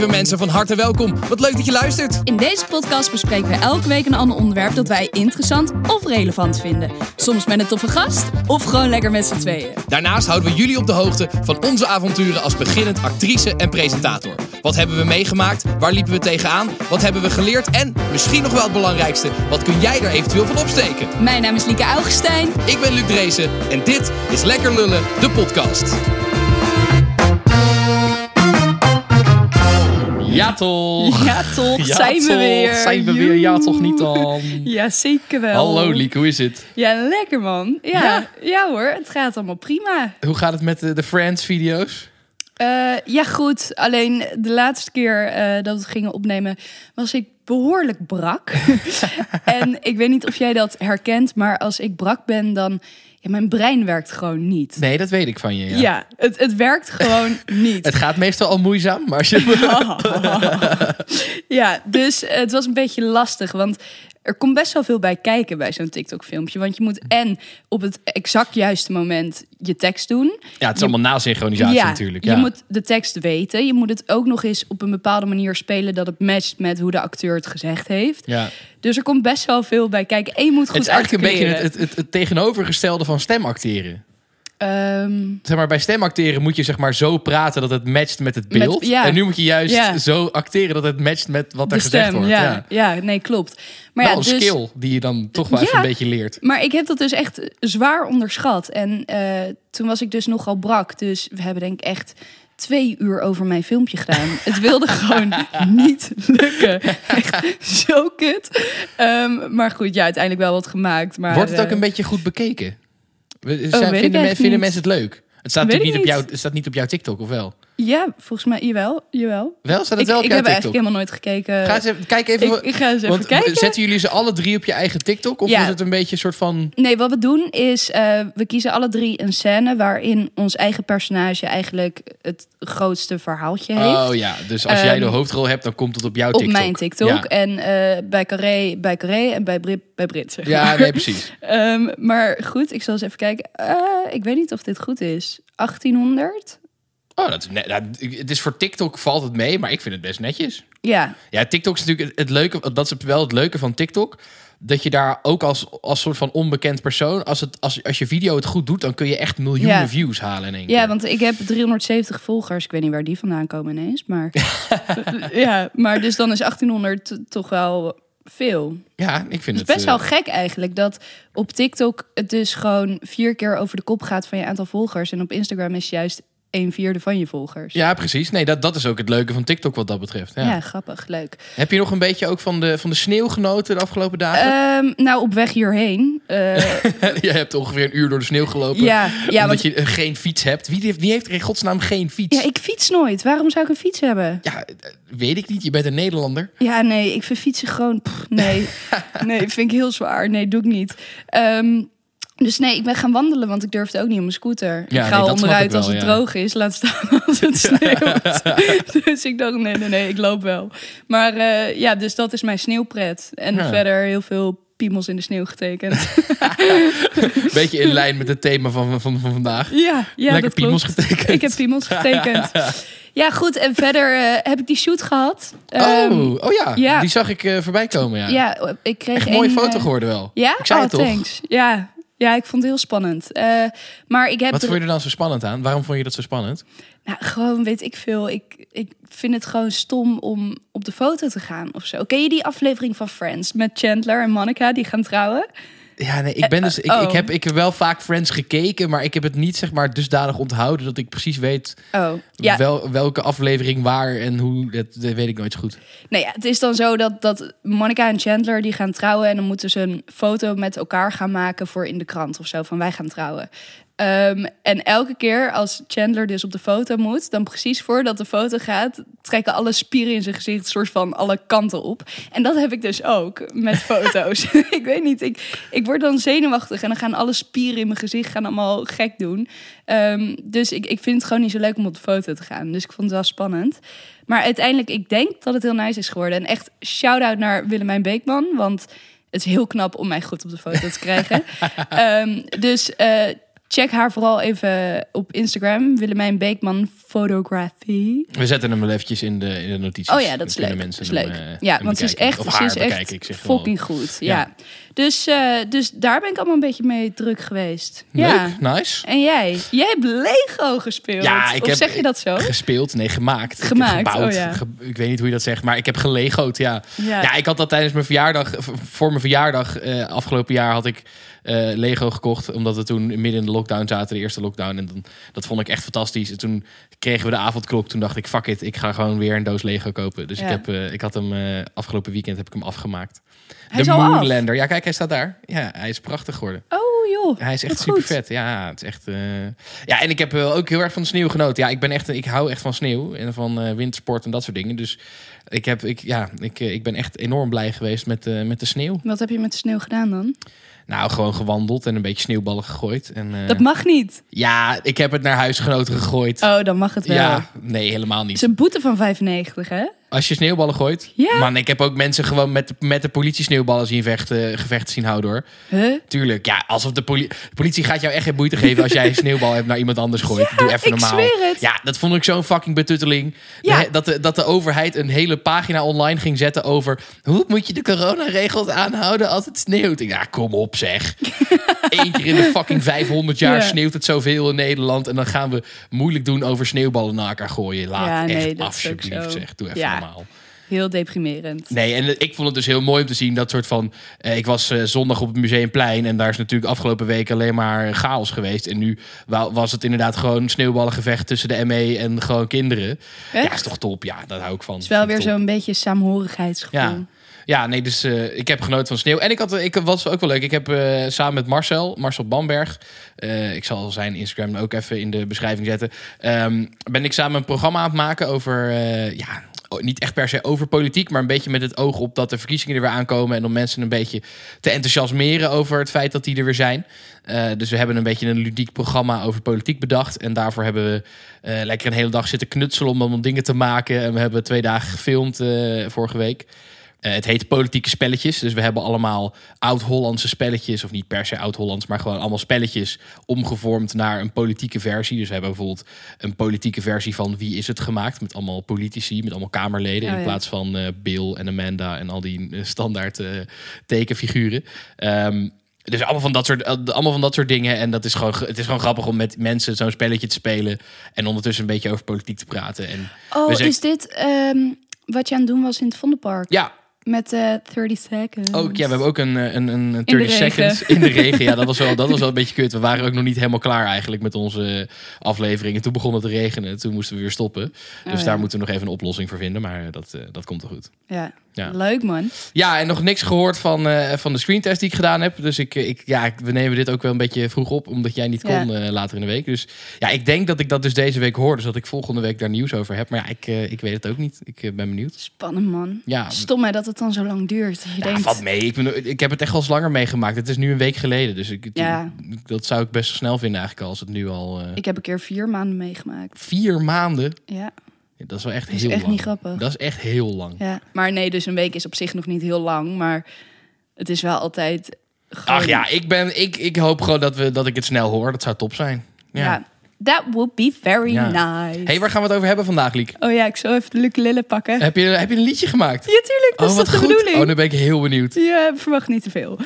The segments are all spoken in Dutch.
Lieve mensen, van harte welkom. Wat leuk dat je luistert. In deze podcast bespreken we elke week een ander onderwerp dat wij interessant of relevant vinden. Soms met een toffe gast of gewoon lekker met z'n tweeën. Daarnaast houden we jullie op de hoogte van onze avonturen als beginnend actrice en presentator. Wat hebben we meegemaakt? Waar liepen we tegenaan? Wat hebben we geleerd? En misschien nog wel het belangrijkste, wat kun jij er eventueel van opsteken? Mijn naam is Lieke Augustijn. Ik ben Luc Dreesen en dit is Lekker Lullen, de podcast. Ja toch? Ja toch, Ja, zijn we toch. weer. Zijn we weer? Ja toch niet dan? Ja, zeker wel. Hallo Liek, hoe is het? Ja, lekker man. Ja hoor, het gaat allemaal prima. Hoe gaat het met de Friends-video's? Ja goed, alleen de laatste keer dat we het gingen opnemen was ik behoorlijk brak. En ik weet niet of jij dat herkent, maar als ik brak ben dan... Ja, mijn brein werkt gewoon niet. Nee, dat weet ik van je. Ja, het werkt gewoon niet. Het gaat meestal al moeizaam, maar als je... Ja, dus het was een beetje lastig, want er komt best wel veel bij kijken bij zo'n TikTok-filmpje. Want je moet en op het exact juiste moment je tekst doen. Ja, het is allemaal nasynchronisatie natuurlijk. Ja. Je moet de tekst weten. Je moet het ook nog eens op een bepaalde manier spelen dat het matcht met hoe de acteur het gezegd heeft. Ja. Dus er komt best wel veel bij kijken. En je moet goed Het is eigenlijk een articuleren. beetje het tegenovergestelde van stemacteren. Zeg maar, bij stemacteren moet je zeg maar zo praten dat het matcht met het beeld. Ja. En nu moet je juist zo acteren dat het matcht met wat er gezegd wordt. Ja, nee, klopt. Maar wel ja, een skill die je dan toch wel even een beetje leert. Maar ik heb dat dus echt zwaar onderschat. En toen was ik dus nogal brak. Dus we hebben denk ik echt 2 uur over mijn filmpje gedaan. Het wilde gewoon niet lukken. Echt zo kut. Maar goed, ja, uiteindelijk wel wat gemaakt. Maar, Wordt het ook een beetje goed bekeken? Weet ik Vinden mensen het leuk? Het staat Weet natuurlijk ik niet op het staat niet op jouw TikTok, of wel? Ja, volgens mij, jawel. Wel? Staat het wel op Ik jouw heb TikTok? eigenlijk helemaal nooit gekeken. Ga eens even, kijk even. Ik ga eens even want kijken. Zetten jullie ze alle 3 op je eigen TikTok? Of Ja. is het een beetje een soort van... Nee, wat we doen is, we kiezen alle 3 een scène waarin ons eigen personage eigenlijk het grootste verhaaltje heeft. Oh ja, dus als jij de hoofdrol hebt, dan komt het op jouw Op TikTok. mijn TikTok. Ja, En bij Carré en bij Brit, zeg maar. ja nee, precies. Maar goed, ik zal eens even kijken. Ik weet niet of dit goed is. 1800? Oh, het is voor TikTok valt het mee, maar ik vind het best netjes. Ja. Ja, TikTok is natuurlijk het leuke. Dat is wel het leuke van TikTok. Dat je daar ook als soort van onbekend persoon... Als je video het goed doet, dan kun je echt miljoenen views halen in één keer. Ja, want ik heb 370 volgers. Ik weet niet waar die vandaan komen ineens. Maar ja, maar dus dan is 1800 toch wel veel. Ja, ik vind Het is best wel gek eigenlijk dat op TikTok het dus gewoon 4 keer over de kop gaat van je aantal volgers. En op Instagram is juist 1/4 van je volgers. Ja, precies. Nee, dat is ook het leuke van TikTok wat dat betreft. Ja, grappig, leuk. Heb je nog een beetje ook van de sneeuw genoten de afgelopen dagen? Nou, op weg hierheen. Je hebt ongeveer 1 uur door de sneeuw gelopen. Ja, omdat je geen fiets hebt. Wie heeft er in godsnaam geen fiets? Ja, ik fiets nooit. Waarom zou ik een fiets hebben? Ja, weet ik niet. Je bent een Nederlander. Ja, nee, ik vind fietsen gewoon... nee, vind ik heel zwaar. Nee, doe ik niet. Dus nee, ik ben gaan wandelen, want ik durfde ook niet op mijn scooter. Ja, ik ga nee, dat snap onderuit ik wel, als het ja. droog is, laat staan als het sneeuwt. Dus ik dacht, nee, ik loop wel. Maar ja, dus dat is mijn sneeuwpret. En verder heel veel piemels in de sneeuw getekend. Beetje in lijn met het thema van vandaag. Ja, Lekker dat piemels klopt. getekend. Ik heb piemels getekend. Ja, goed. En verder heb ik die shoot gehad. Ja, die zag ik voorbij komen. Ja, Ja, ik kreeg echt een mooie foto geworden wel. Ja? Ik zei het toch? Thanks. Ja, ik vond het heel spannend. Maar ik heb Wat vond je er dan zo spannend aan? Waarom vond je dat zo spannend? Nou, gewoon weet ik veel. Ik vind het gewoon stom om op de foto te gaan of zo. Ken je die aflevering van Friends met Chandler en Monica die gaan trouwen? Ja, nee, ik heb wel vaak Friends gekeken, maar ik heb het niet zeg maar dusdanig onthouden dat ik precies weet welke aflevering waar en hoe. Dat weet ik nooit zo goed. Nou ja, het is dan zo dat Monica en Chandler die gaan trouwen en dan moeten ze een foto met elkaar gaan maken voor in de krant of zo van wij gaan trouwen. En elke keer als Chandler dus op de foto moet, dan precies voordat de foto gaat, trekken alle spieren in zijn gezicht soort van alle kanten op. En dat heb ik dus ook met foto's. Ik weet niet, ik word dan zenuwachtig en dan gaan alle spieren in mijn gezicht gaan allemaal gek doen. Dus ik vind het gewoon niet zo leuk om op de foto te gaan. Dus ik vond het wel spannend. Maar uiteindelijk, ik denk dat het heel nice is geworden. En echt shout-out naar Willemijn Beekman, want het is heel knap om mij goed op de foto te krijgen. check haar vooral even op Instagram. Willemijn Beekman Photography. We zetten hem wel eventjes in de notities. Oh ja, dat is leuk. Mensen dat is leuk. Want ze is echt fucking goed. Ja. Dus daar ben ik allemaal een beetje mee druk geweest. Leuk, ja. Nice. En jij? Jij hebt Lego gespeeld. Ja, zeg je dat zo? Gespeeld? Nee, gemaakt. Gebouwd. Ik weet niet hoe je dat zegt, maar ik heb gelego'd, ja. Ik had dat tijdens mijn verjaardag, voor mijn verjaardag afgelopen jaar had ik Lego gekocht, omdat we toen midden in de lockdown zaten, de eerste lockdown. En dat vond ik echt fantastisch. En toen kregen we de avondklok. Toen dacht ik, fuck it, ik ga gewoon weer een doos Lego kopen. Dus ik had hem afgelopen weekend heb ik hem afgemaakt. De Moonlander. Ja, kijk, hij staat daar. Ja, hij is prachtig geworden. Oh joh. Hij is echt super vet. Ja, het is echt. Ja, en ik heb ook heel erg van de sneeuw genoten. Ja, ik hou echt van sneeuw en van wintersport en dat soort dingen. Dus ik ben echt enorm blij geweest met de sneeuw. Wat heb je met de sneeuw gedaan dan? Nou, gewoon gewandeld en een beetje sneeuwballen gegooid. En, dat mag niet. Ja, ik heb het naar huisgenoten gegooid. Oh, dan mag het wel. Ja, nee, helemaal niet. Het is een boete van 95, hè? Als je sneeuwballen gooit? Ja. Man, ik heb ook mensen gewoon met de politie sneeuwballen gevechten zien houden, hoor. Huh? Tuurlijk, ja, alsof de politie gaat jou echt geen boete geven als jij een sneeuwbal hebt naar iemand anders gooit. Ja, doe even normaal. Ik zweer het. Ja, dat vond ik zo'n fucking betutteling. Ja. Dat de overheid een hele pagina online ging zetten over hoe moet je de coronaregels aanhouden als het sneeuwt. Ja, kom op zeg. Eén keer in de fucking 500 jaar sneeuwt het zoveel in Nederland en dan gaan we moeilijk doen over sneeuwballen naar elkaar gooien. Laat echt alsjeblieft zeg. Doe even normaal. Heel deprimerend. Nee, en ik vond het dus heel mooi om te zien dat soort van. Ik was zondag op het Museumplein en daar is natuurlijk afgelopen week alleen maar chaos geweest. En nu was het inderdaad gewoon sneeuwballengevecht tussen de ME en gewoon kinderen. Echt? Ja, is toch top. Ja, daar hou ik van. Het is wel weer zo'n beetje saamhorigheidsgevoel. Ja, nee, dus ik heb genoten van sneeuw. En ik was ook wel leuk. Ik heb samen met Marcel Bamberg, ik zal zijn Instagram ook even in de beschrijving zetten, ben ik samen een programma aan het maken over, niet echt per se over politiek, maar een beetje met het oog op dat de verkiezingen er weer aankomen en om mensen een beetje te enthousiasmeren over het feit dat die er weer zijn. Dus we hebben een beetje een ludiek programma over politiek bedacht. En daarvoor hebben we lekker een hele dag zitten knutselen om dingen te maken. En we hebben 2 dagen gefilmd vorige week. Het heet Politieke Spelletjes. Dus we hebben allemaal oud-Hollandse spelletjes. Of niet per se oud-Hollands, maar gewoon allemaal spelletjes omgevormd naar een politieke versie. Dus we hebben bijvoorbeeld een politieke versie van Wie is het gemaakt? Met allemaal politici, met allemaal Kamerleden. In plaats van Bill en Amanda en al die standaard tekenfiguren. Dus allemaal van dat soort dingen. En het is gewoon grappig om met mensen zo'n spelletje te spelen. En ondertussen een beetje over politiek te praten. En is dit wat je aan het doen was in het Vondelpark? Ja. Met 30 seconds. Ook, ja, we hebben ook een 30 seconds in de regen. Ja, dat was wel een beetje kut. We waren ook nog niet helemaal klaar eigenlijk met onze aflevering. En toen begon het te regenen. Toen moesten we weer stoppen. Dus daar moeten we nog even een oplossing voor vinden. Maar dat komt er goed. Ja. Leuk man. Ja, en nog niks gehoord van de screentest die ik gedaan heb. Dus we nemen dit ook wel een beetje vroeg op. Omdat jij niet kon later in de week. Dus ja, ik denk dat ik dat dus deze week hoor. Dus dat ik volgende week daar nieuws over heb. Maar ja, ik weet het ook niet. Ik ben benieuwd. Spannend man. Ja. Stom hè dat het dan zo lang duurt. Valt mee. Ik heb het echt al eens langer meegemaakt. Het is nu een week geleden. Dus dat zou ik best wel snel vinden eigenlijk als het nu al... Ik heb een keer 4 maanden meegemaakt. 4 maanden? Ja. Dat is wel echt heel lang. Dat is echt niet grappig. Dat is echt heel lang. Ja. Maar nee, dus een week is op zich nog niet heel lang. Maar het is wel altijd... Gewoon... Ach ja, ik hoop gewoon dat ik het snel hoor. Dat zou top zijn. Ja. That would be very nice. Hey, waar gaan we het over hebben vandaag, Liek? Oh ja, ik zal even de ukulele pakken. Heb je een liedje gemaakt? Ja, tuurlijk. Dat is toch de bedoeling? Oh, nu ben ik heel benieuwd. Ja, verwacht niet te veel.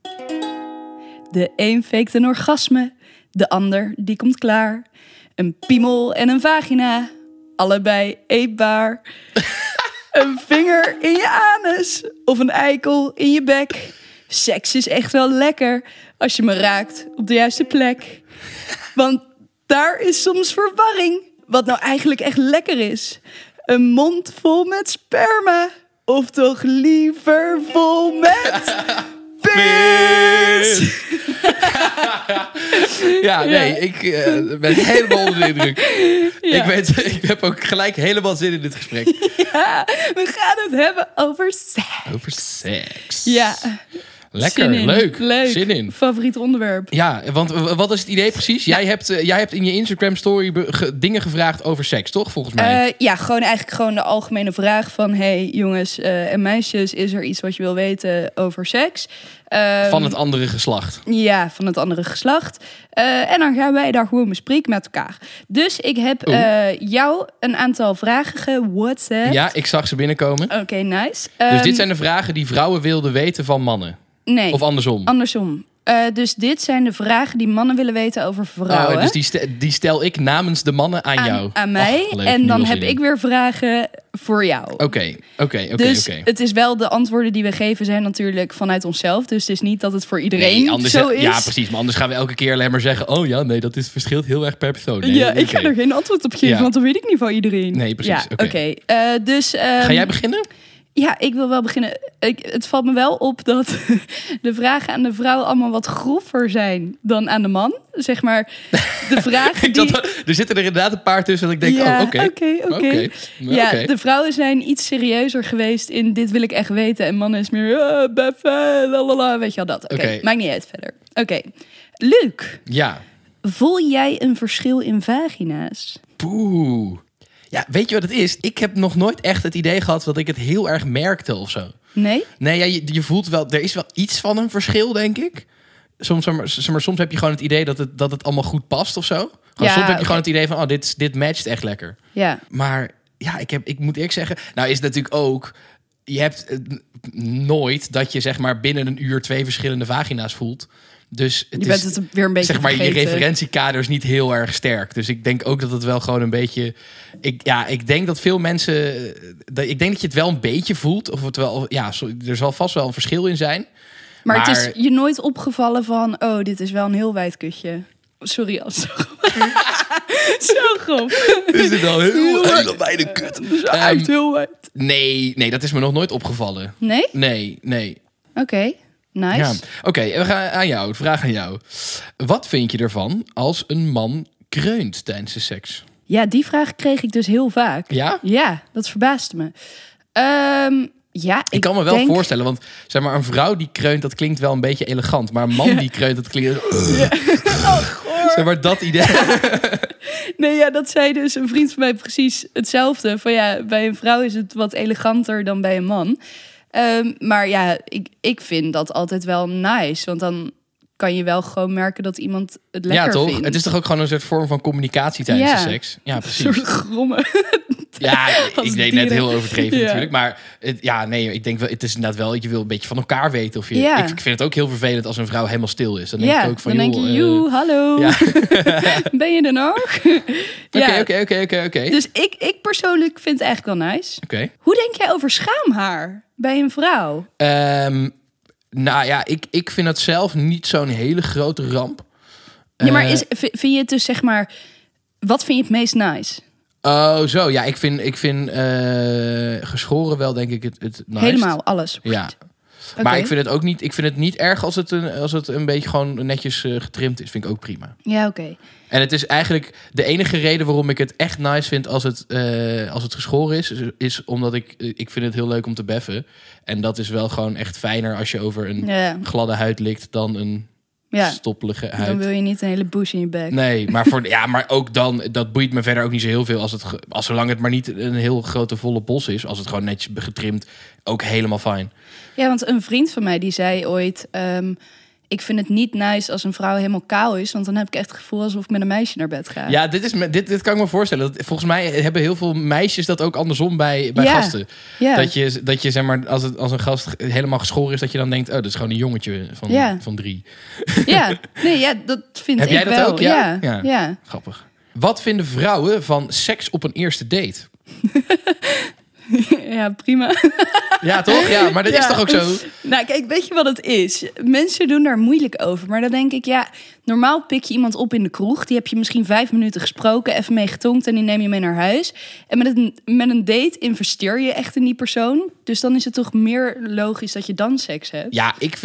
De een faked een orgasme. De ander, die komt klaar. Een piemel en een vagina. Allebei eetbaar. Een vinger in je anus. Of een eikel in je bek. Seks is echt wel lekker. Als je me raakt op de juiste plek. Want daar is soms verwarring. Wat nou eigenlijk echt lekker is. Een mond vol met sperma. Of toch liever vol met... pis! Ik ben helemaal onder de indruk. Ja. Ik heb ook gelijk helemaal zin in dit gesprek. Ja, we gaan het hebben over seks. Over seks. Ja. Lekker, Zin in. leuk. Leuk. Zin in. Favoriet onderwerp. Ja, want wat is het idee precies? Jij hebt in je Instagram story dingen gevraagd over seks, toch? Volgens mij. Ja, gewoon de algemene vraag van... hey jongens en meisjes, is er iets wat je wil weten over seks? Van het andere geslacht. Ja, van het andere geslacht. En dan gaan wij daar gewoon bespreken met elkaar. Dus ik heb jou een aantal vragen ge-WhatsApp. Ja, ik zag ze binnenkomen. Oké, nice. Dus dit zijn de vragen die vrouwen wilden weten van mannen. Nee, Of andersom. andersom. Dus dit zijn de vragen die mannen willen weten over vrouwen. Dus die stel ik namens de mannen aan jou. Aan mij. Och, leuk, en nu dan al heb zin in. ik weer vragen voor jou. Oké. Dus het is wel, de antwoorden die we geven zijn natuurlijk vanuit onszelf. Dus het is niet dat het voor iedereen zo is. Ja, precies. Maar anders gaan we elke keer alleen maar zeggen... oh ja, nee, dat verschilt heel erg per persoon. Nee, Ja, ik oké. ga er geen antwoord op geven, Ja. want dat weet ik niet van iedereen. Nee, precies. Ja, Oké. Dus, Ga jij beginnen? Ja, ik wil wel beginnen. Het valt me wel op dat de vragen aan de vrouw allemaal wat groffer zijn dan aan de man. Zeg maar, de vragen die... Er zitten er inderdaad een paar tussen dat ik denk... Ja, oh, oké. oké. Ja, de vrouwen zijn iets serieuzer geweest in dit wil ik echt weten. En mannen is meer, beffen, lalala, weet je al dat. Oké, maakt niet uit verder. Oké, Luc, Ja. voel jij een verschil in vagina's? Poeh. Ja, weet je wat het is? Ik heb nog nooit echt het idee gehad dat ik het heel erg merkte of zo. Nee? Nee, ja, je voelt wel... Er is wel iets van een verschil, denk ik. Soms heb je gewoon het idee dat het allemaal goed past of zo. Ja, soms heb je oké. gewoon het idee van... dit matcht echt lekker. Ja. Maar ja, ik moet eerlijk zeggen... Nou is het natuurlijk ook... Je hebt nooit dat je zeg maar binnen een uur 2 verschillende vagina's voelt. Dus Je bent het weer een beetje zeg maar, je vergeten. referentiekader is niet heel erg sterk. Dus ik denk ook dat het wel gewoon een beetje... Ik denk dat veel mensen... Ik denk dat je het wel een beetje voelt. Of het wel... Ja, er zal vast wel een verschil in zijn. Maar het is je nooit opgevallen van... oh, dit is wel een heel wijd kutje. Sorry, als zo grof. Is dit al hele wijde kut? Dus echt heel wijd. Nee, dat is me nog nooit opgevallen. Nee? Nee. Oké, nice. Ja. Oké, we gaan aan jou. De vraag aan jou. Wat vind je ervan als een man kreunt tijdens de seks? Ja, die vraag kreeg ik dus heel vaak. Ja? Ja, dat verbaasde me. Ja, Ik kan me wel voorstellen, want zeg maar, een vrouw die kreunt, dat klinkt wel een beetje elegant. Maar een man die kreunt, dat klinkt... Zeg maar, dat idee. Nee, ja, dat zei dus een vriend van mij precies hetzelfde. Van ja, bij een vrouw is het wat eleganter dan bij een man. Maar ja, ik vind dat altijd wel nice. Want dan kan je wel gewoon merken dat iemand het lekker Ja, toch? vindt. Het is toch ook gewoon een soort vorm van communicatie tijdens Ja. de seks? Ja, Een precies. soort grommen. Ja, Als ik deed dieren. net heel overdreven Ja. natuurlijk. Maar ik denk wel, het is inderdaad wel... Je wil een beetje van elkaar weten of je... Ja. Ik vind het ook heel vervelend als een vrouw helemaal stil is. Dan denk ik ook van, dan denk je, joe, hallo. ja. Ben je er nog? Oké. Dus ik persoonlijk vind het eigenlijk wel nice. Oké. Hoe denk jij over schaamhaar bij een vrouw? Nou ja, ik vind het zelf niet zo'n hele grote ramp. Ja, maar vind je het dus zeg maar... Wat vind je het meest nice? Oh, zo. Ja, ik vind geschoren wel, denk ik, het nice. Helemaal, alles. Ja. Oké. Maar ik vind het ook niet... Ik vind het niet erg als het een beetje gewoon netjes getrimd is. Vind ik ook prima. Ja, oké. En het is eigenlijk de enige reden waarom ik het echt nice vind als het geschoren is omdat ik vind het heel leuk om te beffen. En dat is wel gewoon echt fijner als je over een Ja. gladde huid likt dan een Ja. stoppelige huid. Dan wil je niet een hele bush in je bek. Nee, maar maar ook dan, dat boeit me verder ook niet zo heel veel als zolang het maar niet een heel grote volle bos is. Als het gewoon netjes getrimd, ook helemaal fijn. Ja, want een vriend van mij die zei ooit... ik vind het niet nice als een vrouw helemaal kaal is... want dan heb ik echt het gevoel alsof ik met een meisje naar bed ga. Ja, dit kan ik me voorstellen. Volgens mij hebben heel veel meisjes dat ook andersom bij gasten. Ja. Dat je zeg maar, als een gast helemaal geschoren is, dat je dan denkt, oh, dat is gewoon een jongetje van 3. Ja, nee, ja, dat vind Heb ik jij dat wel. ook? Ja? Ja. Grappig. Wat vinden vrouwen van seks op een eerste date? Ja, prima. Ja, toch? Ja, maar dat is toch ook zo? Nou, kijk, weet je wat het is? Mensen doen daar moeilijk over. Maar dan denk ik, ja, Normaal pik je iemand op in de kroeg. Die heb je misschien 5 minuten gesproken, even mee getonkt en die neem je mee naar huis. En met een date investeer je echt in die persoon. Dus dan is het toch meer logisch dat je dan seks hebt. Ja, ik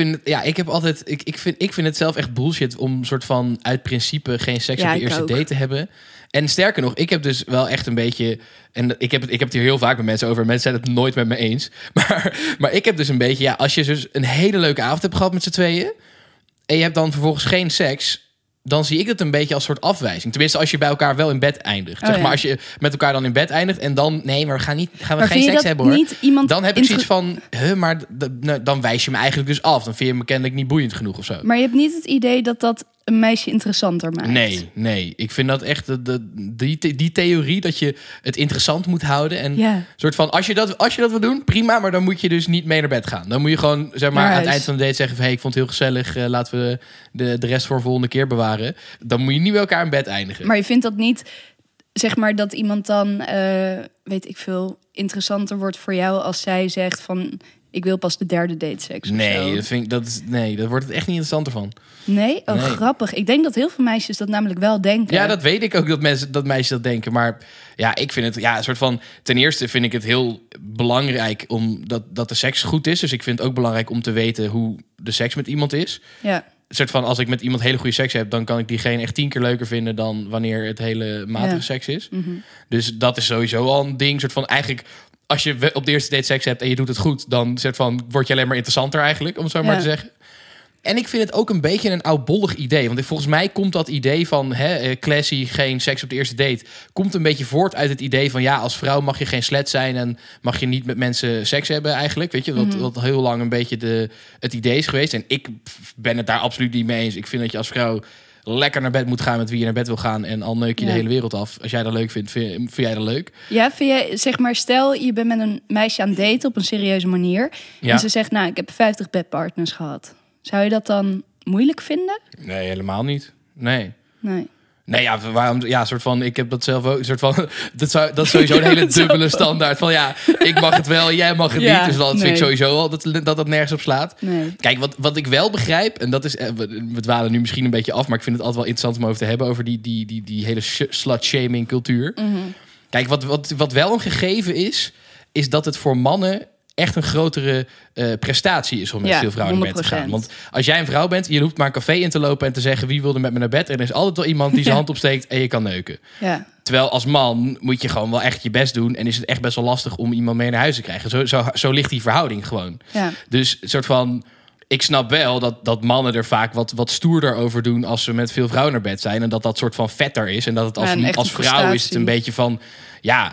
vind het zelf echt bullshit om soort van uit principe geen seks op de eerste date te hebben. En sterker nog, ik heb dus wel echt een beetje... En ik heb het hier heel vaak met mensen over. Mensen zijn het nooit met me eens. Maar ik heb dus een beetje... Ja, als je dus een hele leuke avond hebt gehad met z'n tweeën... en je hebt dan vervolgens geen seks... dan zie ik het een beetje als soort afwijzing. Tenminste, als je bij elkaar wel in bed eindigt. Zeg maar als je met elkaar dan in bed eindigt... en dan, nee, maar gaan we geen seks hebben, hoor. Dan heb ik zoiets van... maar dan wijs je me eigenlijk dus af. Dan vind je me kennelijk niet boeiend genoeg of zo. Maar je hebt niet het idee dat een meisje interessanter maakt? Nee. Ik vind dat echt die theorie dat je het interessant moet houden. En soort van, als je dat wil doen, prima. Maar dan moet je dus niet mee naar bed gaan. Dan moet je gewoon, zeg maar, aan het eind van de date zeggen van... hey, ik vond het heel gezellig. Laten we de rest voor de volgende keer bewaren. Dan moet je niet bij elkaar in bed eindigen. Maar je vindt dat niet, zeg maar, dat iemand dan, weet ik veel, interessanter wordt voor jou als zij zegt van... ik wil pas de derde date seks. Daar wordt het echt niet interessanter van. Nee? Oh, nee. Grappig. Ik denk dat heel veel meisjes dat namelijk wel denken. Ja, dat weet ik ook dat meisjes dat denken. Maar ja, ik vind het een soort van... Ten eerste vind ik het heel belangrijk dat de seks goed is. Dus ik vind het ook belangrijk om te weten hoe de seks met iemand is. Ja. Een soort van, als ik met iemand hele goede seks heb... dan kan ik diegene echt 10 keer leuker vinden... dan wanneer het hele matige seks is. Mm-hmm. Dus dat is sowieso al een ding. Soort van, eigenlijk... Als je op de eerste date seks hebt en je doet het goed... dan soort van, word je alleen maar interessanter eigenlijk, om het zo maar te zeggen. En ik vind het ook een beetje een oudbollig idee. Want volgens mij komt dat idee van classy, geen seks op de eerste date... komt een beetje voort uit het idee van... ja, als vrouw mag je geen slet zijn... en mag je niet met mensen seks hebben eigenlijk. Weet je, wat heel lang een beetje het idee is geweest. En ik ben het daar absoluut niet mee eens. Ik vind dat je als vrouw... lekker naar bed moet gaan met wie je naar bed wil gaan... en al neuk je de hele wereld af. Als jij dat leuk vindt, vind jij dat leuk? Ja, vind jij, zeg maar, stel je bent met een meisje aan het daten op een serieuze manier... en ze zegt, nou, ik heb 50 bedpartners gehad. Zou je dat dan moeilijk vinden? Nee, helemaal niet. Nee. Nee, ja, waarom? Ja, soort van, ik heb dat zelf ook. Soort van, dat is sowieso een hele dubbele standaard. Van ja, ik mag het wel, jij mag het niet. Dus dat vind ik sowieso al dat nergens op slaat. Nee. Kijk, wat ik wel begrijp, en dat is, we dwalen nu misschien een beetje af, maar ik vind het altijd wel interessant om over te hebben over die hele slut-shaming cultuur. Mm-hmm. Kijk, wat wel een gegeven is dat het voor mannen echt een grotere prestatie is om met veel vrouwen naar bed te gaan. Want als jij een vrouw bent, je hoeft maar een café in te lopen en te zeggen wie wilde met me naar bed. En er is altijd wel iemand die zijn hand opsteekt en je kan neuken. Ja. Terwijl als man moet je gewoon wel echt je best doen en is het echt best wel lastig om iemand mee naar huis te krijgen. Zo ligt die verhouding gewoon. Ja. Dus een soort van... Ik snap wel dat mannen er vaak wat stoerder over doen als ze met veel vrouwen naar bed zijn. En dat soort van vetter is. En dat het als vrouw is het een beetje van... Ja,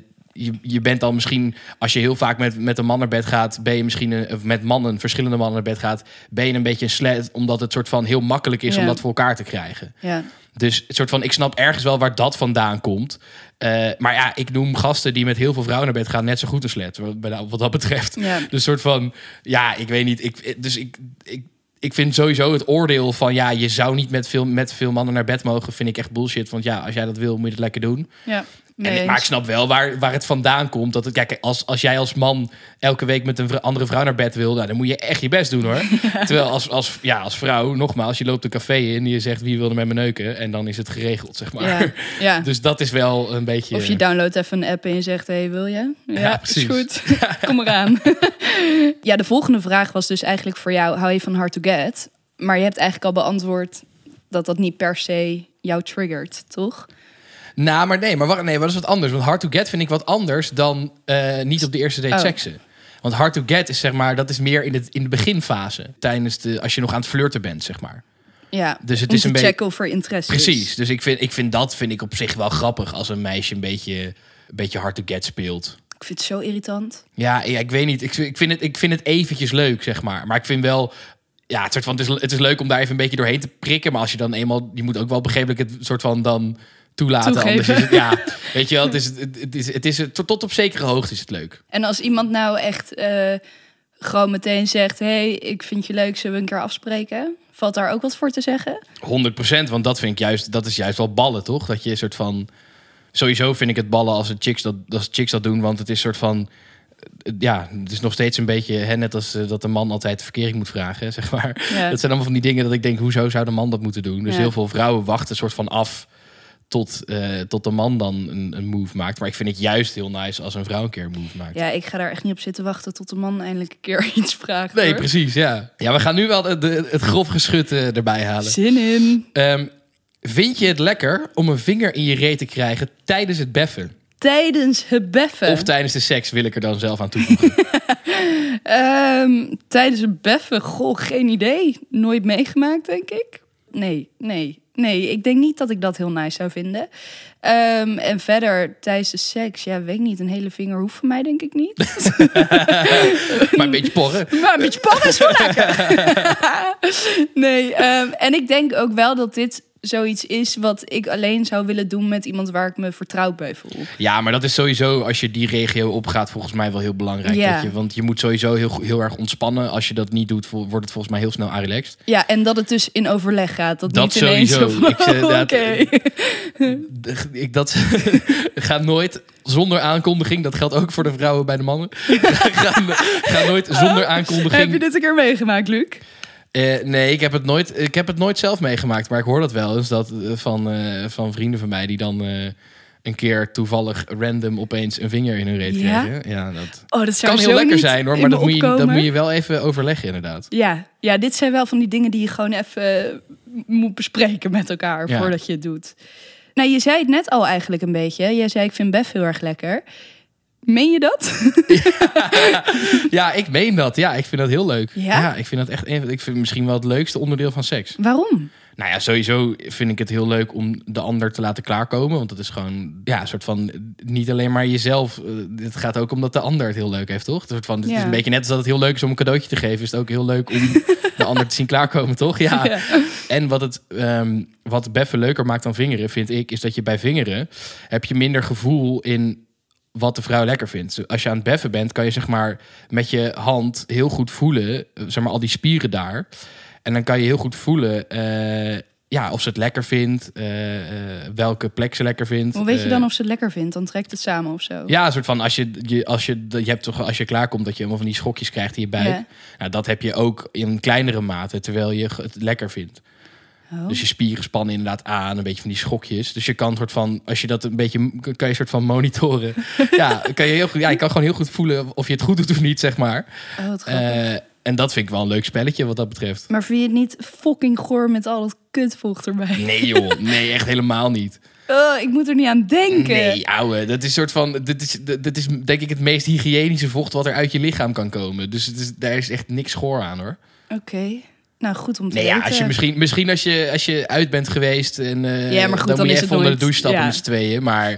je bent dan misschien, als je heel vaak met een man naar bed gaat, ben je misschien met verschillende mannen naar bed gaat, ben je een beetje een slet, omdat het soort van heel makkelijk is om dat voor elkaar te krijgen. Ja. Dus het soort van, ik snap ergens wel waar dat vandaan komt. Maar ja, ik noem gasten die met heel veel vrouwen naar bed gaan net zo goed een slet, wat dat betreft. Ja. Dus soort van, ja, ik weet niet. Ik vind sowieso het oordeel van... ja, je zou niet met veel mannen naar bed mogen... vind ik echt bullshit. Want ja, als jij dat wil, moet je het lekker doen. Ja, maar ik snap wel waar het vandaan komt. Kijk, als jij als man elke week met een andere vrouw naar bed wil... Nou, dan moet je echt je best doen, hoor. Ja. Terwijl als vrouw, nogmaals, je loopt een café in... en je zegt, wie wil er met me neuken? En dan is het geregeld, zeg maar. Ja. Ja. Dus dat is wel een beetje... Of je downloadt even een app en je zegt, hey, wil je? Ja, precies. Is goed. Kom eraan. Ja, de volgende vraag was dus eigenlijk voor jou... hou je van hard to get? Maar je hebt eigenlijk al beantwoord... dat niet per se jou triggert, toch? Nou, maar wat is wat anders? Want hard to get vind ik wat anders dan niet op de eerste date seksen. Want hard to get is, zeg maar, dat is meer in de beginfase. Als je nog aan het flirten bent, zeg maar. Ja, dus het is een checken of er interesse is. Precies, dus ik vind op zich wel grappig als een meisje een beetje hard to get speelt. Ik vind het zo irritant. Ja, ik weet niet. Ik vind het eventjes leuk, zeg maar. Maar ik vind wel... Ja, het is leuk om daar even een beetje doorheen te prikken. Maar als je dan eenmaal... Je moet ook wel begrijpelijk het soort van dan toelaten. Toegeven. Anders is het... Ja, weet je wel, het is tot op zekere hoogte is het leuk. En als iemand nou echt gewoon meteen zegt... hey, ik vind je leuk, zullen we een keer afspreken? Valt daar ook wat voor te zeggen? 100%, want dat is juist wel ballen, toch? Dat je een soort van... Sowieso vind ik het ballen als chicks dat doen. Want het is soort van... het is nog steeds een beetje... net als dat de man altijd de verkering moet vragen, zeg maar. Ja. Dat zijn allemaal van die dingen dat ik denk... hoezo zou de man dat moeten doen? Dus Ja. heel veel vrouwen wachten soort van af... tot de man dan een move maakt. Maar ik vind het juist heel nice als een vrouw een keer een move maakt. Ja, ik ga daar echt niet op zitten wachten tot de man eindelijk een keer iets vraagt. Nee, hoor. precies, ja. Ja, we gaan nu wel het grof geschut erbij halen. Zin in. Vind je het lekker om een vinger in je reet te krijgen tijdens het beffen? Tijdens het beffen. Of tijdens de seks wil ik er dan zelf aan toevoegen. Tijdens het beffen, goh, geen idee. Nooit meegemaakt, denk ik. Nee, ik denk niet dat ik dat heel nice zou vinden. En verder, tijdens de seks, ja, weet ik niet. Een hele vinger hoeft van mij, denk ik niet. Maar een beetje porren. Maar een beetje pannen is wel lekker. Nee, en ik denk ook wel dat dit zoiets is wat ik alleen zou willen doen met iemand waar ik me vertrouwd bij voel. Ja, maar dat is sowieso, als je die regio opgaat, volgens mij wel heel belangrijk. Ja. Want je moet sowieso heel erg ontspannen. Als je dat niet doet, wordt het volgens mij heel snel relaxed. Ja, en dat het dus in overleg gaat. Dat Dat niet ineens sowieso. zo Ik zeg van, inderdaad, oké. Dat gaat nooit zonder aankondiging. Dat geldt ook voor de vrouwen bij de mannen. Ga nooit zonder aankondiging. Heb je dit een keer meegemaakt, Luc? Nee, ik heb het nooit zelf meegemaakt. Maar ik hoor dat wel eens van vrienden van mij die dan een keer toevallig random opeens een vinger in hun reet Ja? krijgen. Ja, dat Oh, dat zou kan zo heel lekker niet zijn hoor. in Maar me dat opkomen. moet je wel even overleggen inderdaad. Ja, dit zijn wel van die dingen die je gewoon even moet bespreken met elkaar Ja. voordat je het doet. Nou, je zei het net al eigenlijk een beetje. Jij zei, ik vind Bef heel erg lekker. Meen je dat? Ja, ik meen dat. Ja, ik vind dat heel leuk. Ja? Ik vind dat echt ik vind misschien wel het leukste onderdeel van seks. Waarom? Nou ja, sowieso vind ik het heel leuk om de ander te laten klaarkomen. Want dat is gewoon een soort van niet alleen maar jezelf. Het gaat ook om dat de ander het heel leuk heeft, toch? Een soort van, het is Ja. een beetje net als dat het heel leuk is om een cadeautje te geven. Is het ook heel leuk om de ander te zien klaarkomen, toch? Ja. Ja. En wat beffen leuker maakt dan vingeren, vind ik, is dat je bij vingeren heb je minder gevoel in wat de vrouw lekker vindt. Als je aan het beffen bent, kan je zeg maar met je hand heel goed voelen, zeg maar al die spieren daar. En dan kan je heel goed voelen of ze het lekker vindt, welke plek ze lekker vindt. Hoe weet je dan of ze het lekker vindt? Dan trekt het samen of zo. Ja, een soort van je hebt toch als je klaarkomt dat je helemaal van die schokjes krijgt in je buik. Ja. Nou, dat heb je ook in kleinere mate, terwijl je het lekker vindt. Oh. Dus je spieren spannen inderdaad aan, een beetje van die schokjes. Dus je kan soort van, als je dat een beetje, kan je soort van monitoren. Je kan gewoon heel goed voelen of je het goed doet of niet, zeg maar. Oh, wat grappig. En dat vind ik wel een leuk spelletje wat dat betreft. Maar vind je het niet fucking goor met al dat kutvocht erbij? Nee joh, nee, echt helemaal niet. Oh, ik moet er niet aan denken. Nee, ouwe, dat is soort van, dit is denk ik het meest hygiënische vocht wat er uit je lichaam kan komen. Dus daar is echt niks goor aan hoor. Oké. Nou, goed om te Nee, weten. ja, als je misschien als je uit bent geweest en Ja, maar goed, dan dan moet is je het even onder de nooit- douche stappen ja. met z'n tweeën. Maar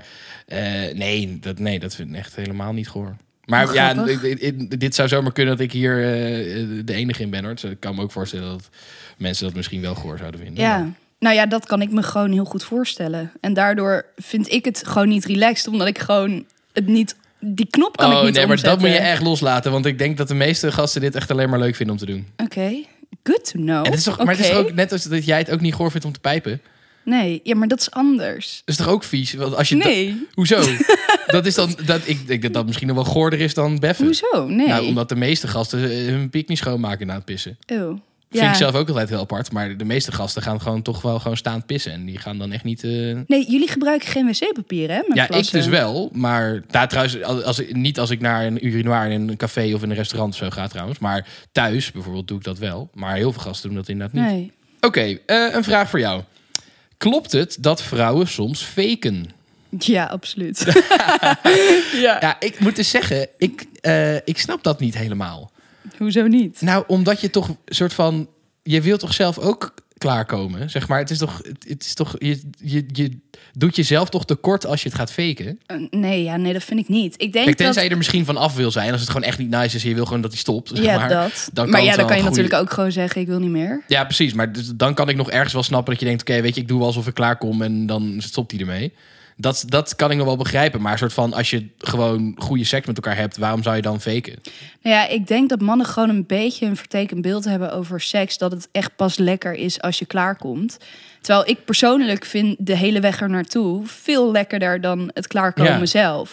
dat vind ik echt helemaal niet goor. Maar Oh, ja, grappig. dit zou zomaar kunnen dat ik hier de enige in ben hoor. Dus ik kan me ook voorstellen dat mensen dat misschien wel goor zouden vinden. Ja. Nou ja, dat kan ik me gewoon heel goed voorstellen. En daardoor vind ik het gewoon niet relaxed, omdat ik gewoon het niet... Die knop kan ik niet nee, maar dat omzetten. moet je echt loslaten. Want ik denk dat de meeste gasten dit echt alleen maar leuk vinden om te doen. Oké, good to know. En het is toch, maar het is toch ook net als dat jij het ook niet goor vindt om te pijpen. Nee, ja, maar dat is anders. Dat is toch ook vies? Want als je Nee. hoezo? Dat is dan, ik denk dat dat misschien nog wel goorder is dan beffen. Hoezo? Nee. Nou, omdat de meeste gasten hun piek niet schoonmaken na het pissen. Eeuw. Vind ik zelf ook altijd heel apart. Maar de meeste gasten gaan gewoon toch wel gewoon staan pissen. En die gaan dan echt niet... Nee, jullie gebruiken geen wc-papier, hè? Met Ja, plassen. ik dus wel. Maar daar trouwens, niet als ik naar een urinoir in een café of in een restaurant of zo ga trouwens. Maar thuis bijvoorbeeld doe ik dat wel. Maar heel veel gasten doen dat inderdaad niet. Nee. Oké, een vraag voor jou. Klopt het dat vrouwen soms faken? Ja, absoluut. ja. Ja, ik moet dus zeggen, ik snap dat niet helemaal. Hoezo niet? Nou, omdat je toch soort van... Je wilt toch zelf ook klaarkomen? Zeg maar, het is toch je doet jezelf toch tekort als je het gaat faken? Nee, dat vind ik niet. Ik denk Kijk, tenzij dat... je er misschien van af wil zijn. Als het gewoon echt niet nice is en je wil gewoon dat hij stopt. Zeg Ja, maar, dat. Dan Maar kan ja, het dan wel kan je een goede- natuurlijk ook gewoon zeggen, ik wil niet meer. Ja, precies. Maar dus, dan kan ik nog ergens wel snappen dat je denkt... Oké, weet je, ik doe wel alsof ik klaar kom en dan stopt hij ermee. Dat kan ik nog wel begrijpen. Maar een soort van, als je gewoon goede seks met elkaar hebt... waarom zou je dan faken? Nou ja, ik denk dat mannen gewoon een beetje een vertekend beeld hebben over seks. Dat het echt pas lekker is als je klaarkomt. Terwijl ik persoonlijk vind de hele weg er naartoe veel lekkerder dan het klaarkomen Ja. zelf.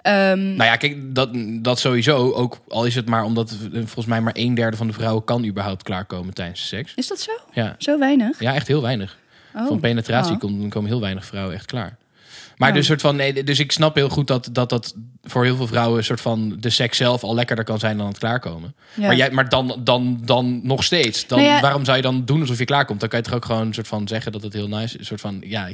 Nou ja, kijk, dat sowieso. Ook al is het maar omdat volgens mij maar 1/3 van de vrouwen kan überhaupt klaarkomen tijdens de seks. Is dat zo? Ja, Zo weinig? ja echt heel weinig. Oh. Van penetratie komen heel weinig vrouwen echt klaar. Maar dus soort van, dus ik snap heel goed dat voor heel veel vrouwen een soort van de seks zelf al lekkerder kan zijn dan het klaarkomen. Ja. Maar dan nog steeds. Dan, Nou ja. Waarom zou je dan doen alsof je klaarkomt? Dan kan je toch ook gewoon een soort van zeggen dat het heel nice is. Een soort van, ja,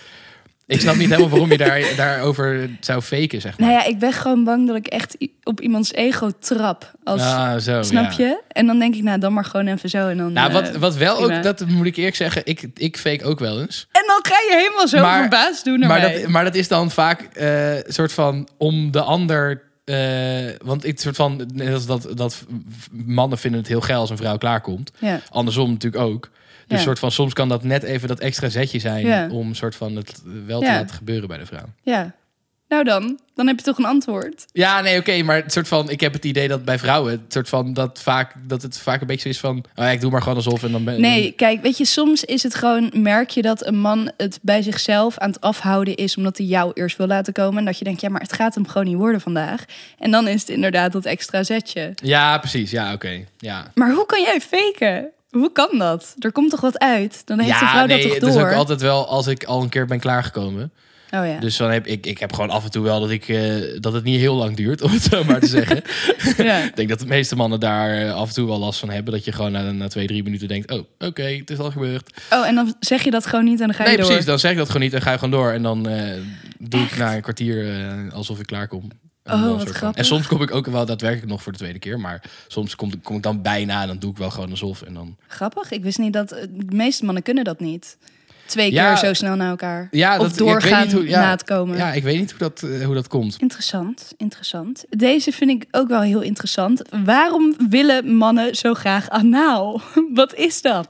ik snap niet helemaal waarom je daarover zou faken, zeg maar. Nou ja, ik ben gewoon bang dat ik echt op iemands ego trap. Snap je? En dan denk ik, nou, dan maar gewoon even zo. En dan, wat wel prima. ook, dat moet ik eerlijk zeggen, ik fake ook wel eens. En dan ga je helemaal zo verbaasd doen naar mij. Maar dat is dan vaak soort van om de ander... want ik soort van, net als dat mannen vinden het heel geil als een vrouw klaarkomt. Ja. Andersom natuurlijk ook. Dus Ja. soort van, soms kan dat net even dat extra zetje zijn... Ja. om soort van het wel te Ja. laten gebeuren bij de vrouw. Ja. Nou dan heb je toch een antwoord. Ja, nee, oké, maar het soort van, ik heb het idee dat bij vrouwen... het soort van dat het vaak een beetje zo is van... oh ja, ik doe maar gewoon alsof en dan ben Nee, kijk, weet je, soms is het gewoon... merk je dat een man het bij zichzelf aan het afhouden is... omdat hij jou eerst wil laten komen. En dat je denkt, ja, maar het gaat hem gewoon niet worden vandaag. En dan is het inderdaad dat extra zetje. Ja, precies, ja, oké. Ja. Maar hoe kan jij faken? Hoe kan dat? Er komt toch wat uit? Dan heeft de vrouw dat toch door? Het is ook altijd wel als ik al een keer ben klaargekomen. Oh ja. Dus dan heb ik heb gewoon af en toe wel dat het niet heel lang duurt, om het zo maar te zeggen. Ja. Ik denk dat de meeste mannen daar af en toe wel last van hebben. Dat je gewoon na 2-3 minuten denkt, oh, oké, het is al gebeurd. Oh, en dan zeg je dat gewoon niet en dan ga je Nee, door. precies, dan zeg ik dat gewoon niet en ga je gewoon door. En dan doe ik na een kwartier alsof ik klaar kom. En Oh, dan wat soort van- grappig. En soms kom ik ook wel daadwerkelijk nog voor de tweede keer. Maar soms kom ik dan bijna en dan doe ik wel gewoon alsof. En dan... Grappig. Ik wist niet dat... de meeste mannen kunnen dat niet. 2 keer Ja. zo snel naar elkaar. Ja, Of ik weet doorgaan niet hoe- na het komen. Ja, ik weet niet hoe dat komt. Interessant. Deze vind ik ook wel heel interessant. Waarom willen mannen zo graag anaal? Wat is dat?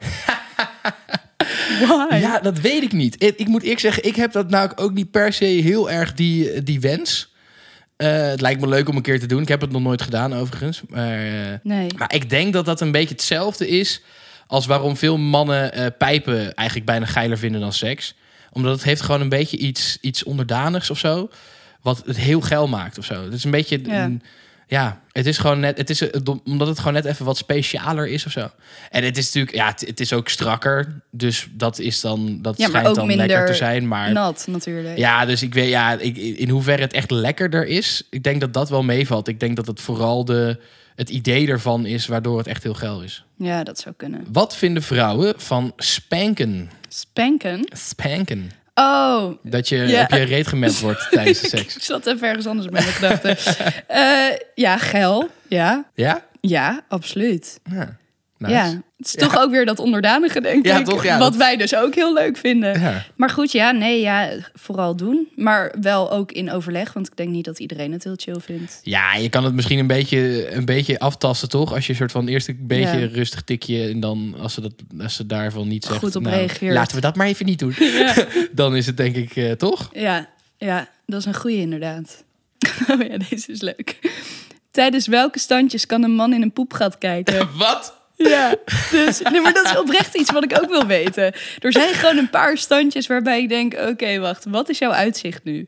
Why? Ja, dat weet ik niet. Ik moet eerlijk zeggen, ik heb dat nou ook niet per se heel erg die wens. Het lijkt me leuk om een keer te doen. Ik heb het nog nooit gedaan overigens. Nee. Maar ik denk dat dat een beetje hetzelfde is als waarom veel mannen pijpen eigenlijk bijna geiler vinden dan seks. Omdat het heeft gewoon een beetje iets onderdanigs of zo. Wat het heel geil maakt of zo. Het is een beetje... Ja. Het is gewoon net... omdat het gewoon net even wat specialer is of zo. En het is natuurlijk... Ja, het is ook strakker. Dus dat is dan... Dat Ja, maar schijnt ook dan minder lekker te zijn. Maar nat natuurlijk. ja, dus ik weet... Ja, in hoeverre het echt lekkerder is... Ik denk dat dat wel meevalt. Ik denk dat het vooral het idee ervan is... waardoor het echt heel geil is. Ja, dat zou kunnen. Wat vinden vrouwen van spanken? Spanken? Spanken. Oh, Dat je Ja. op je reet gemet wordt tijdens de seks. ik zat even ergens anders met mijn gedachten. Ja, geil. Ja. Ja? Ja, absoluut. Ja. Nice. Ja, het is toch ook weer dat onderdanige, denk Ja, ik. toch, ja, wat dat- wij dus ook heel leuk vinden. Ja. Maar goed, vooral doen. Maar wel ook in overleg, want ik denk niet dat iedereen het heel chill vindt. Ja, je kan het misschien een beetje aftasten, toch? Als je soort van eerst een beetje Ja. rustig tikje... en dan als ze daarvan niet zegt... Goed op nou, reageert. laten we dat maar even niet doen. Ja, Dan is het denk ik toch? ja, dat is een goeie inderdaad. Oh ja, deze is leuk. Tijdens welke standjes kan een man in een poepgat kijken? Wat? Ja, dus, nee, maar dat is oprecht iets wat ik ook wil weten. Er zijn gewoon een paar standjes waarbij ik denk... oké, wacht, wat is jouw uitzicht nu?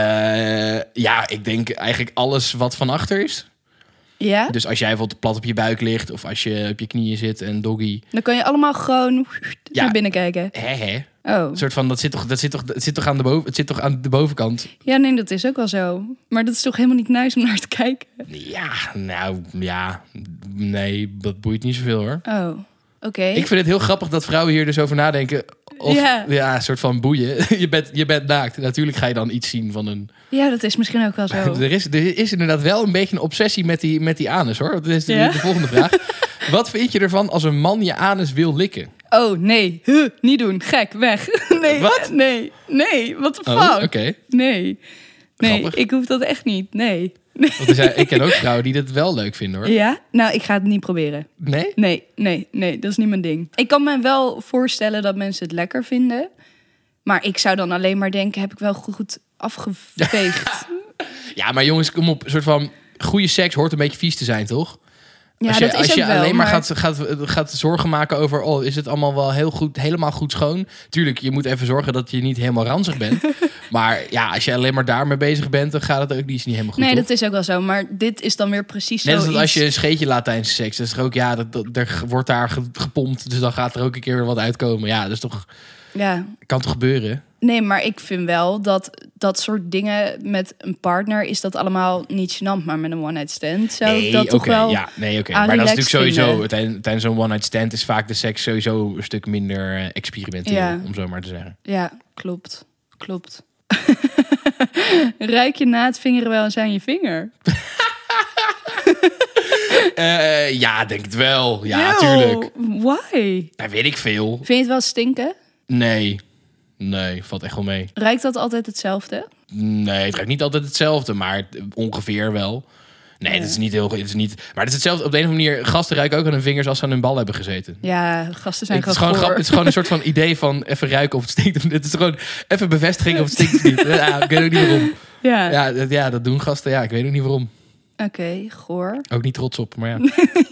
Ja, ik denk eigenlijk alles wat van achter is. Ja? Dus als jij bijvoorbeeld plat op je buik ligt... of als je op je knieën zit en doggy... Dan kan je allemaal gewoon naar binnen kijken. Hè. Oh, Een soort van, het zit toch aan de bovenkant? ja, nee, dat is ook wel zo. Maar dat is toch helemaal niet nice om naar te kijken? Ja, nou, ja. Nee, dat boeit niet zoveel hoor. Oh, oké. Ik vind het heel grappig dat vrouwen hier dus over nadenken. Of, Ja. een soort van boeien. Je bent naakt. Natuurlijk ga je dan iets zien van een... Ja, dat is misschien ook wel zo. Er is inderdaad wel een beetje een obsessie met die anus hoor. Dat is Ja? de volgende vraag. Wat vind je ervan als een man je anus wil likken? Oh, nee. Niet doen. Gek, weg. Nee. Wat? Nee, what the fuck? Oh, oké. Nee, Grappig. ik hoef dat echt niet. Nee. Want ik ken ook vrouwen die dat wel leuk vinden hoor. Ja? Nou, ik ga het niet proberen. Nee? Nee, dat is niet mijn ding. Ik kan me wel voorstellen dat mensen het lekker vinden. Maar ik zou dan alleen maar denken, heb ik wel goed afgeveegd? Ja, maar jongens, kom op. Een soort van goede seks hoort een beetje vies te zijn, toch? Ja, als je, dat is als je ook wel, alleen maar maar... gaat zorgen maken over... oh, is het allemaal wel helemaal goed schoon? Tuurlijk, je moet even zorgen dat je niet helemaal ranzig bent. Maar ja, als je alleen maar daarmee bezig bent, dan gaat het ook niet helemaal goed. Nee, toch? dat is ook wel zo. Maar dit is dan weer precies Net als zoiets. als je een scheetje laat tijdens seks. Dat is toch ook, er wordt daar gepompt. Dus dan gaat er ook een keer weer wat uitkomen. Ja, dat is toch, Ja. kan toch gebeuren? Nee, maar ik vind wel dat soort dingen met een partner... is dat allemaal niet gênant. Maar met een one-night stand zou ik dat toch wel... Ja, nee, oké. aan Maar dat is relaxed natuurlijk sowieso... vinden. Tijdens zo'n one-night stand is vaak de seks sowieso een stuk minder experimenteel. Ja. Om zo maar te zeggen. Ja, klopt. Ruik je na het vingeren wel eens aan je vinger? Ja, denk het wel. Ja, Ew, tuurlijk. Why? Dat weet ik veel. Vind je het wel stinken? Nee, valt echt wel mee. Ruikt dat altijd hetzelfde? Nee, het ruikt niet altijd hetzelfde, maar ongeveer wel. Nee, Ja. het is niet heel... Het is niet, maar het is hetzelfde. Op de een of andere manier... Gasten ruiken ook aan hun vingers als ze aan hun bal hebben gezeten. Ja, gasten zijn Het is gewoon gewoon goor. het is gewoon een soort van idee van even ruiken of het stinkt. Het is gewoon even bevestiging of het stinkt of niet. Ja, ik weet ook niet waarom. Ja, dat doen gasten. Ja, ik weet ook niet waarom. Oké, goor. Ook niet trots op, maar ja.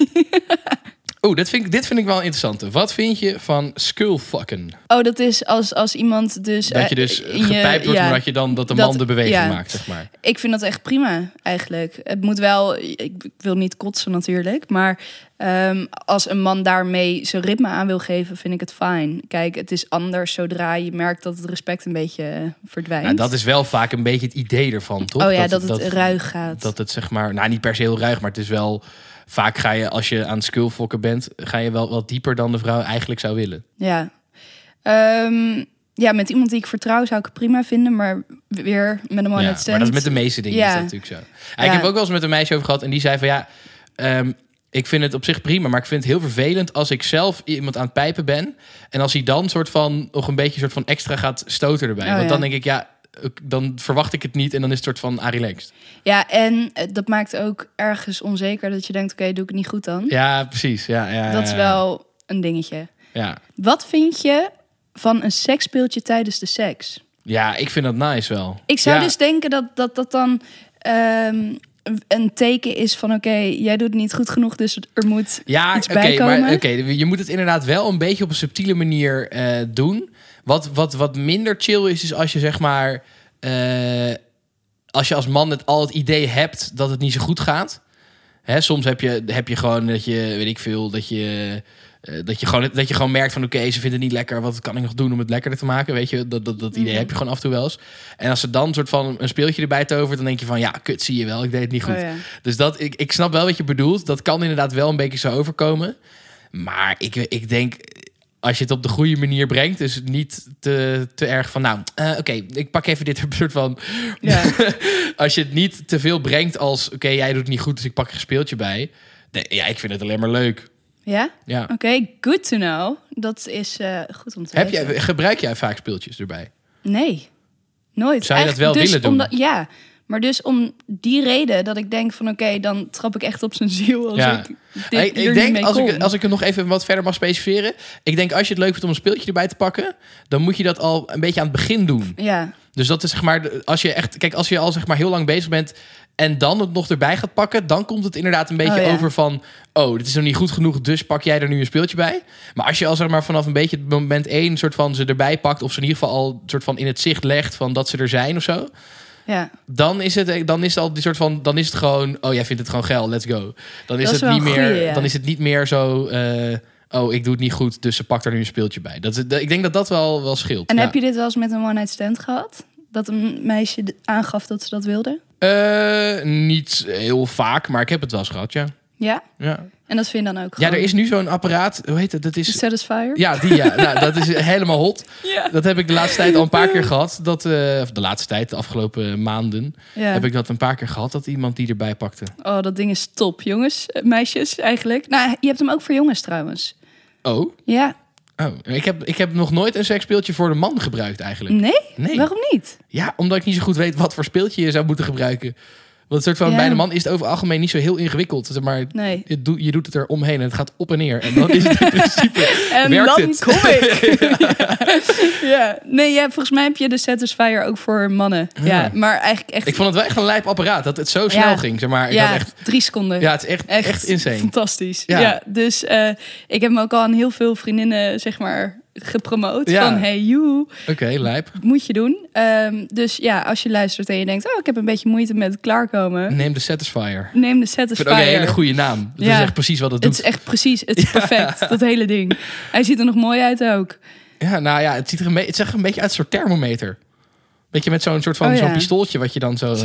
Dit vind ik wel interessant. Wat vind je van skullfucken? Oh, dat is als iemand dus... Dat je dus in je- gepijpt wordt, ja. maar dat de Dat- man de beweging ja. maakt, zeg maar. Ik vind dat echt prima, eigenlijk. Het moet wel... Ik wil niet kotsen natuurlijk, maar... als een man daarmee zijn ritme aan wil geven, vind ik het fijn. Kijk, het is anders zodra je merkt dat het respect een beetje verdwijnt. Nou, dat is wel vaak een beetje het idee ervan, toch? Oh ja, dat het ruig gaat. Dat het zeg maar... Nou, niet per se heel ruig, maar het is wel... Vaak ga je, als je aan het skullfokken bent... ga je wel wat dieper dan de vrouw eigenlijk zou willen. Ja. Ja, met iemand die ik vertrouw zou ik het prima vinden, maar weer met een one-night stand. Maar dat is met de meeste dingen Ja. is dat natuurlijk zo. Ja, Ja. Ik heb ook wel eens met een meisje over gehad en die zei van ja... ik vind het op zich prima, maar ik vind het heel vervelend als ik zelf iemand aan het pijpen ben. En als hij dan soort van nog een beetje soort van extra gaat stoten erbij. Oh, Want dan ja. denk ik, dan verwacht ik het niet en dan is het soort van relaxed. Ja, en dat maakt ook ergens onzeker dat je denkt, oké, doe ik het niet goed dan? Ja, precies. Ja, Dat is wel een dingetje. Ja. Wat vind je van een seksspeeltje tijdens de seks? Ja, ik vind dat nice wel. Ik zou Ja. dus denken dat dan een teken is van oké, jij doet het niet goed genoeg, dus er moet Ja, iets bij oké, maar komen. je moet het inderdaad wel een beetje op een subtiele manier doen. Wat minder chill is als je zeg maar... als je als man al het idee hebt dat het niet zo goed gaat. Hè, soms heb je gewoon dat je, weet ik veel, dat je gewoon merkt van oké, ze vinden het niet lekker. Wat kan ik nog doen om het lekkerder te maken? Weet je, dat idee heb je gewoon af en toe wel eens. En als ze dan een soort van een speeltje erbij tovert, dan denk je van ja, kut, zie je wel, ik deed het niet goed. Oh ja. Dus ik snap wel wat je bedoelt. Dat kan inderdaad wel een beetje zo overkomen. Maar ik denk, als je het op de goede manier brengt, dus niet te erg van nou, oké, ik pak even dit soort van... Ja. Als je het niet te veel brengt als oké, jij doet het niet goed, dus ik pak er een speeltje bij. Ja, ik vind het alleen maar leuk. Ja? Ja. Oké, good to know. Dat is goed om te weten. Gebruik jij vaak speeltjes erbij? Nee, nooit. Zou je dat wel dus willen doen? Ja, maar dus om die reden dat ik denk van oké, dan trap ik echt op zijn ziel als Ja. ik dit Ik hier denk, niet mee kom. als ik het nog even wat verder mag specificeren. Ik denk, als je het leuk vindt om een speeltje erbij te pakken, dan moet je dat al een beetje aan het begin doen. Ja, Dus dat is zeg maar, als je al zeg maar heel lang bezig bent en dan het nog erbij gaat pakken, dan komt het inderdaad een beetje Oh, ja. over van, oh, dit is nog niet goed genoeg, dus pak jij er nu een speeltje bij. Maar als je al zeg maar vanaf een beetje het moment 1 soort van ze erbij pakt, of ze in ieder geval al soort van in het zicht legt van dat ze er zijn of zo, ja. dan is het al die soort van, dan is het gewoon, oh, jij vindt het gewoon geil, let's go. Dan is Dat is het wel niet een meer, goeie, ja. dan is het niet meer zo, oh, ik doe het niet goed, dus ze pakt er nu een speeltje bij. Ik denk dat dat wel scheelt. En ja. heb je dit wel eens met een one-night stand gehad? Dat een meisje aangaf dat ze dat wilde? Niet heel vaak, maar ik heb het wel eens gehad, ja. Ja? Ja, En dat vind je dan ook ja, gewoon er is nu zo'n apparaat, hoe heet het? Dat de is... Satisfier? Ja, die ja. Nou, dat is helemaal hot. Ja. Dat heb ik de laatste tijd al een paar keer gehad. Of de laatste tijd, de afgelopen maanden, Ja. heb ik dat een paar keer gehad, dat iemand die erbij pakte. Oh, dat ding is top, jongens. Meisjes eigenlijk. Nou, je hebt hem ook voor jongens trouwens. Oh? Ja. Oh, ik heb nog nooit een seksspeeltje voor de man gebruikt eigenlijk. Nee? Nee. Waarom niet? Ja, omdat ik niet zo goed weet wat voor speeltje je zou moeten gebruiken. Want soort van, Ja. bij de man is het over het algemeen niet zo heel ingewikkeld. Zeg maar Nee. je doet het er omheen en het gaat op en neer. En dan is het in principe... En werkt dan het. kom ik. Ja. Nee, ja, volgens mij heb je de Satisfier ook voor mannen. Ja, maar eigenlijk echt... Ik vond het wel echt een lijp apparaat. Dat het zo snel Ja. ging. Zeg maar, ik ja, had echt, 3 seconden. ja, het is echt insane. Fantastisch. Ja. Ja. Dus ik heb me ook al aan heel veel vriendinnen, zeg maar, gepromoot. Ja. Van hey, joe, Oké, lijp. moet je doen. Dus ja, als je luistert en je denkt... oh, ik heb een beetje moeite met klaarkomen. Neem de Satisfier. Neem de Ik vind Satisfier. het ook een hele goede naam. Dat Ja. is echt precies wat het Het doet. is echt precies, het is perfect, dat hele ding. Hij ziet er nog mooi uit ook. Ja, nou ja, het zag er een beetje uit een soort thermometer. Beetje met zo'n soort van Oh, ja. zo'n pistooltje wat je dan zo...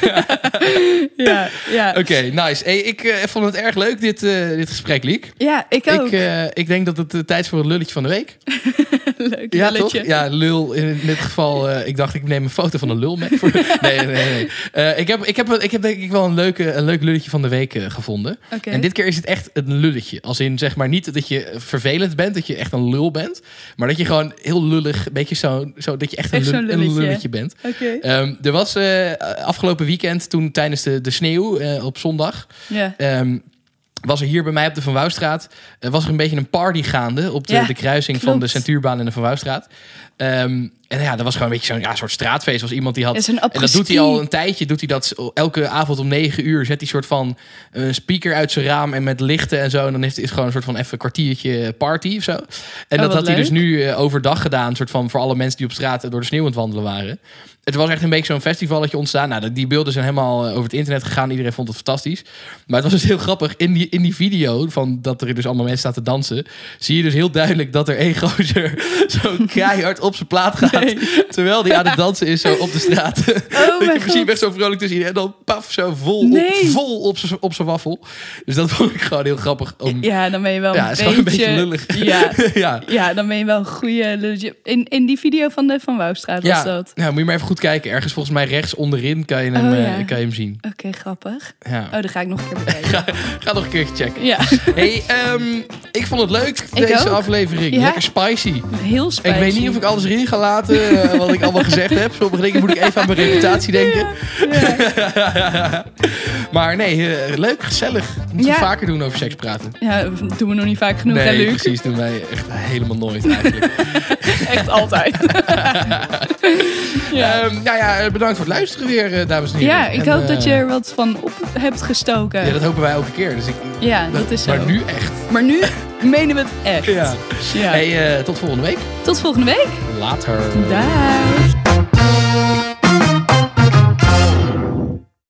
Ja. Oké, nice. Hey, ik vond het erg leuk, dit gesprek, Liek. Ja, ik ook. Ik denk dat het tijd is voor het lulletje van de week. Leuk Ja, lulletje. toch? Ja, lul. In dit geval, ik dacht, ik neem een foto van een lul mee. Nee. Ik heb denk ik wel een leuk lulletje van de week gevonden. Oké. En dit keer is het echt een lulletje. Als in, zeg maar, niet dat je vervelend bent, dat je echt een lul bent. Maar dat je gewoon heel lullig, een beetje zo dat je echt Echt zo'n een lulletje. lulletje bent. Oké. Er was afgelopen weekend, toen tijdens de sneeuw op zondag... Ja. was er hier bij mij op de Van Wouwstraat... was er een beetje een party gaande... op de kruising van klopt. de Centuurbaan en de Van Wouwstraat. En ja, dat was gewoon een beetje zo'n soort straatfeest. Was iemand die had... Ja, zo'n en dat doet hij al een tijdje. Doet hij dat elke avond om 9 uur. Zet hij soort van een speaker uit zijn raam... en met lichten en zo. En dan is het gewoon een soort van even een kwartiertje party of zo. En dat had hij dus nu overdag gedaan... soort van voor alle mensen die op straat door de sneeuw aan het wandelen waren... Het was echt een beetje zo'n festivalletje ontstaan. Nou, die beelden zijn helemaal over het internet gegaan. Iedereen vond het fantastisch. Maar het was dus heel grappig. In die video van dat er dus allemaal mensen staan te dansen... zie je dus heel duidelijk dat er één gozer zo keihard op zijn plaat gaat. Nee. Terwijl die aan het dansen is zo op de straat. Oh Dat mijn je precies god. echt zo vrolijk te zien. En dan paf, zo vol op zijn waffel. Dus dat vond ik gewoon heel grappig. Ja, dan ben je wel Ja, het is gewoon een beetje lullig. Ja, ja, dan ben je wel een goede lulletje. In die video van de Van Wouwstraat was dat. Ja, moet je maar even goed kijken. Ergens volgens mij rechts onderin kan je hem, kan je hem zien. Oké, grappig. Ja. Oh, dan ga ik nog een keer bekijken. Ga nog een keertje checken. Ja, Hey, ik vond het leuk, Ik deze ook. aflevering. Ja. Lekker spicy. heel spicy. Ik weet niet of ik alles erin ga laten wat ik allemaal gezegd heb. Sommige dingen moet ik even aan mijn reputatie denken. Ja. Maar nee, leuk, gezellig. Moeten we Ja. vaker doen over seks praten. Ja, doen we nog niet vaak genoeg, hè, Nee, Luc? precies. Doen wij echt helemaal nooit eigenlijk. Echt altijd. Nou ja, bedankt voor het luisteren weer, dames en heren. Ja, ik En, hoop dat je er wat van op hebt gestoken. Ja, dat hopen wij elke keer. Dus dat is zo. Maar nu echt. Maar nu menen we het echt. Ja. Ja. Hey, tot volgende week. Tot volgende week. Later. Dag.